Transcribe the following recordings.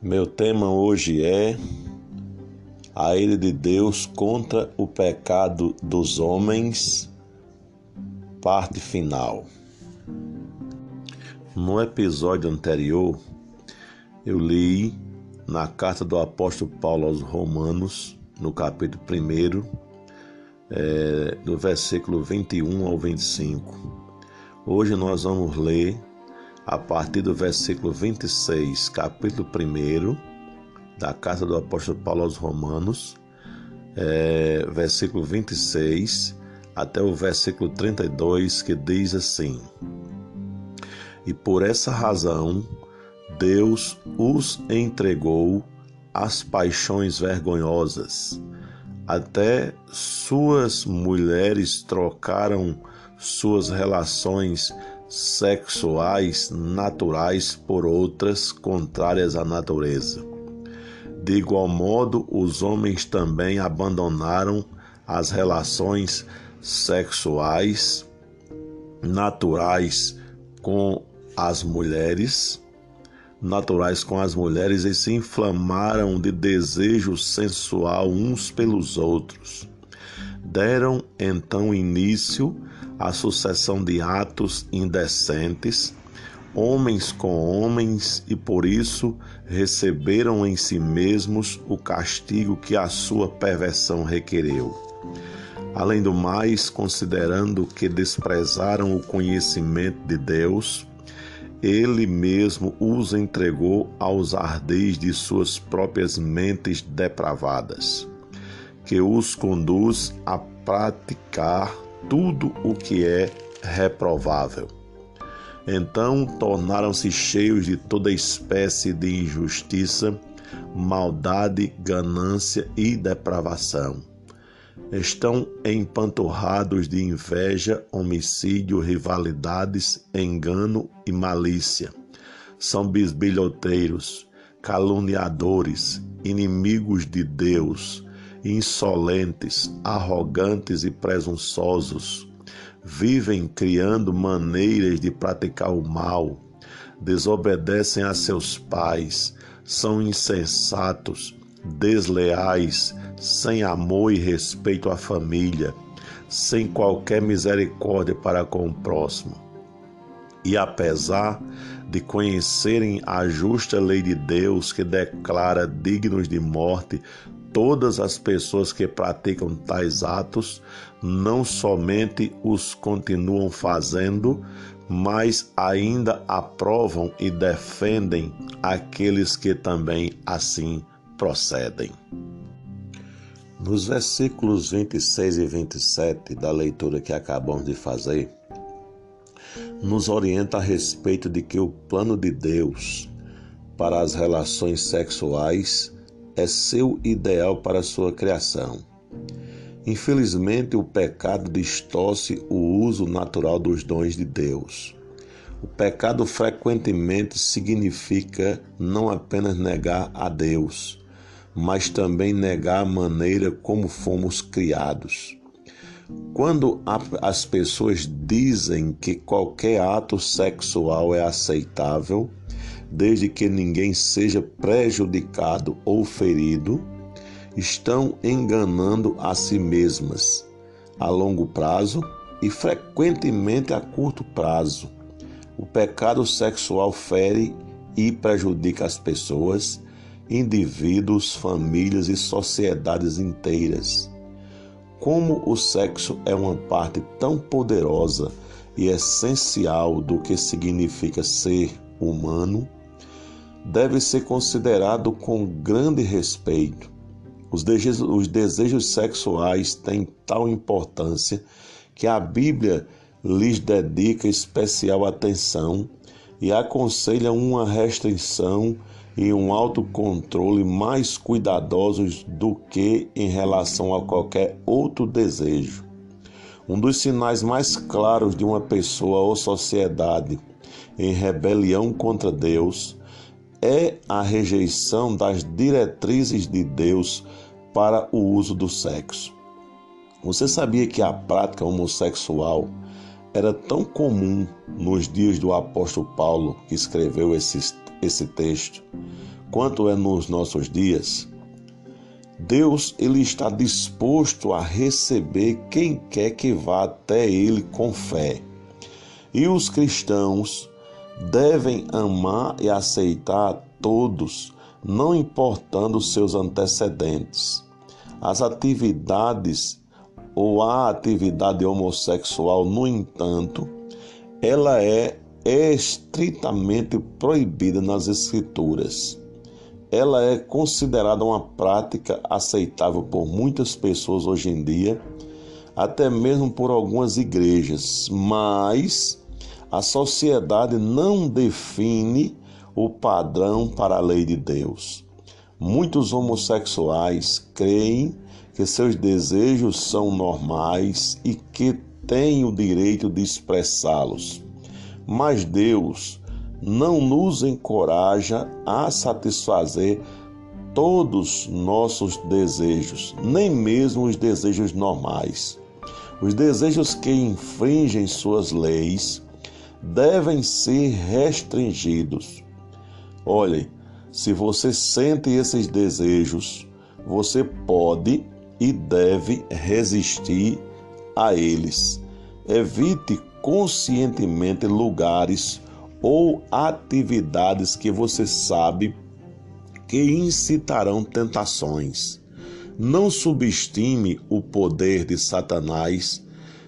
Meu tema hoje é a ira de Deus contra o pecado dos homens, parte final. No episódio anterior, eu li na carta do apóstolo Paulo aos Romanos, no capítulo 1, do versículo 21 ao 25. Hoje nós vamos ler a partir do versículo 26, capítulo 1 da carta do apóstolo Paulo aos Romanos, versículo 26 até o versículo 32, que diz assim: E por essa razão Deus os entregou às paixões vergonhosas. Até suas mulheres trocaram suas relações sexuais naturais por outras contrárias à natureza. De igual modo, os homens também abandonaram as relações sexuais naturais com as mulheres e se inflamaram de desejo sensual uns pelos outros. Deram então início à sucessão de atos indecentes, homens com homens, e por isso receberam em si mesmos o castigo que a sua perversão requereu. Além do mais, considerando que desprezaram o conhecimento de Deus, Ele mesmo os entregou aos ardis de suas próprias mentes depravadas, que os conduz a praticar tudo o que é reprovável. Então tornaram-se cheios de toda espécie de injustiça, maldade, ganância e depravação. Estão empanturrados de inveja, homicídio, rivalidades, engano e malícia. São bisbilhoteiros, caluniadores, inimigos de Deus, insolentes, arrogantes e presunçosos. Vivem criando maneiras de praticar o mal, desobedecem a seus pais, são insensatos, desleais, sem amor e respeito à família, sem qualquer misericórdia para com o próximo. E apesar de conhecerem a justa lei de Deus, que declara dignos de morte todas as pessoas que praticam tais atos, não somente os continuam fazendo, mas ainda aprovam e defendem aqueles que também assim procedem. Nos versículos 26 e 27 da leitura que acabamos de fazer, nos orienta a respeito de que o plano de Deus para as relações sexuais é seu ideal para a sua criação. Infelizmente, o pecado distorce o uso natural dos dons de Deus. O pecado frequentemente significa não apenas negar a Deus, mas também negar a maneira como fomos criados. Quando as pessoas dizem que qualquer ato sexual é aceitável, desde que ninguém seja prejudicado ou ferido, estão enganando a si mesmas a longo prazo e frequentemente a curto prazo. O pecado sexual fere e prejudica as pessoas, indivíduos, famílias e sociedades inteiras. Como o sexo é uma parte tão poderosa e essencial do que significa ser humano, deve ser considerado com grande respeito. Os desejos sexuais têm tal importância que a Bíblia lhes dedica especial atenção e aconselha uma restrição e um autocontrole mais cuidadosos do que em relação a qualquer outro desejo. Um dos sinais mais claros de uma pessoa ou sociedade em rebelião contra Deus é a rejeição das diretrizes de Deus para o uso do sexo. Você sabia que a prática homossexual era tão comum nos dias do apóstolo Paulo, que escreveu esse texto, quanto é nos nossos dias, Deus ele está disposto a receber quem quer que vá até Ele com fé. E os cristãos devem amar e aceitar todos, não importando seus antecedentes. As atividades ou a atividade homossexual, no entanto, ela é estritamente proibida nas Escrituras. Ela é considerada uma prática aceitável por muitas pessoas hoje em dia, até mesmo por algumas igrejas, mas a sociedade não define o padrão para a lei de Deus. Muitos homossexuais creem que seus desejos são normais e que têm o direito de expressá-los. Mas Deus não nos encoraja a satisfazer todos nossos desejos, nem mesmo os desejos normais. Os desejos que infringem suas leis devem ser restringidos. Olhe, se você sente esses desejos, você pode e deve resistir a eles. Evite conscientemente lugares ou atividades que você sabe que incitarão tentações. Não subestime o poder de Satanás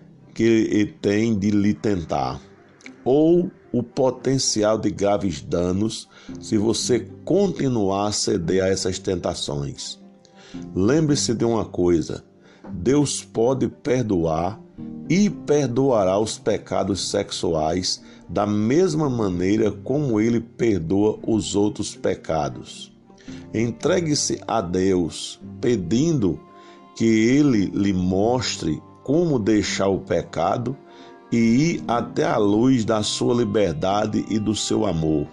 que tem de lhe tentar, ou o potencial de graves danos se você continuar a ceder a essas tentações. Lembre-se de uma coisa: Deus pode perdoar e perdoará os pecados sexuais da mesma maneira como Ele perdoa os outros pecados. Entregue-se a Deus, pedindo que Ele lhe mostre como deixar o pecado e ir até a luz da sua liberdade e do seu amor.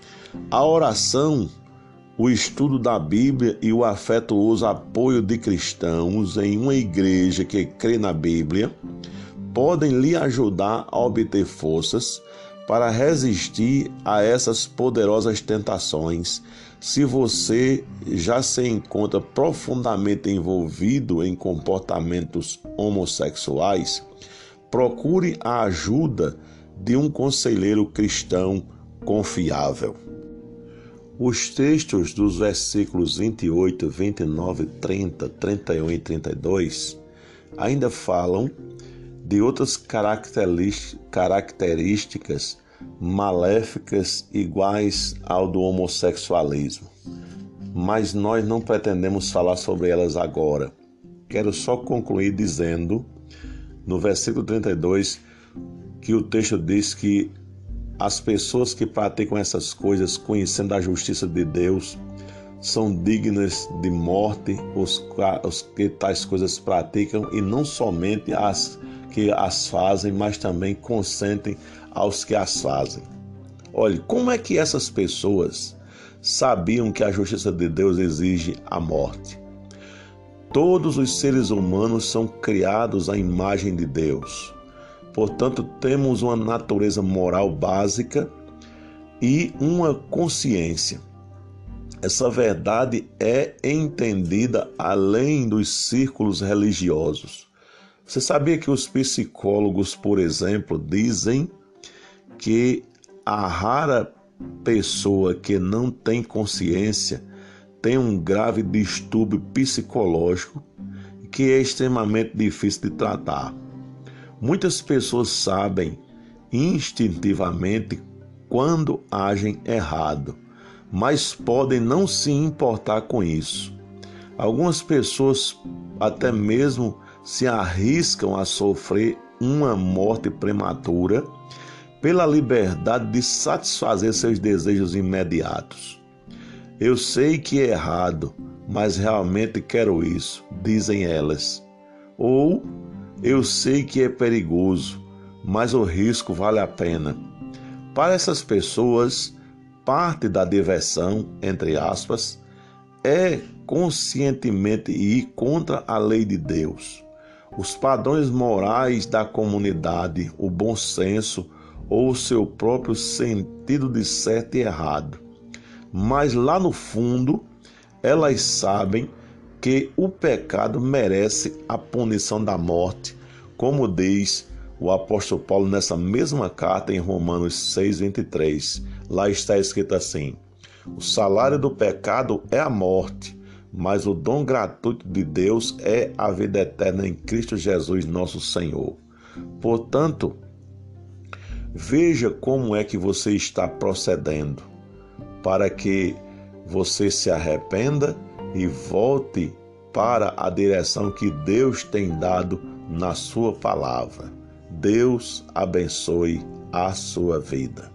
A oração, o estudo da Bíblia e o afetuoso apoio de cristãos em uma igreja que crê na Bíblia podem lhe ajudar a obter forças para resistir a essas poderosas tentações. Se você já se encontra profundamente envolvido em comportamentos homossexuais, procure a ajuda de um conselheiro cristão confiável. Os textos dos versículos 28, 29, 30, 31 e 32 ainda falam de outras características maléficas iguais ao do homossexualismo. Mas nós não pretendemos falar sobre elas agora. Quero só concluir dizendo, no versículo 32, que o texto diz que as pessoas que praticam essas coisas, conhecendo a justiça de Deus, são dignas de morte, os que tais coisas praticam, e não somente as que as fazem, mas também consentem aos que as fazem. Olhe, como é que essas pessoas sabiam que a justiça de Deus exige a morte? Todos os seres humanos são criados à imagem de Deus. Portanto, temos uma natureza moral básica e uma consciência. Essa verdade é entendida além dos círculos religiosos. Você sabia que os psicólogos, por exemplo, dizem que a rara pessoa que não tem consciência tem um grave distúrbio psicológico que é extremamente difícil de tratar. Muitas pessoas sabem instintivamente quando agem errado, mas podem não se importar com isso. Algumas pessoas até mesmo se arriscam a sofrer uma morte prematura pela liberdade de satisfazer seus desejos imediatos. Eu sei que é errado, mas realmente quero isso, dizem elas. Ou eu sei que é perigoso, mas o risco vale a pena. Para essas pessoas, parte da diversão, entre aspas, é conscientemente ir contra a lei de Deus, os padrões morais da comunidade, o bom senso ou o seu próprio sentido de certo e errado. mas lá no fundo elas sabem que o pecado merece a punição da morte, como diz o apóstolo Paulo nessa mesma carta em Romanos 6:23. Lá está escrito assim: o salário do pecado é a morte, mas o dom gratuito de Deus é a vida eterna em Cristo Jesus, nosso Senhor. Portanto, veja como é que você está procedendo, para que você se arrependa e volte para a direção que Deus tem dado na sua palavra. Deus abençoe a sua vida.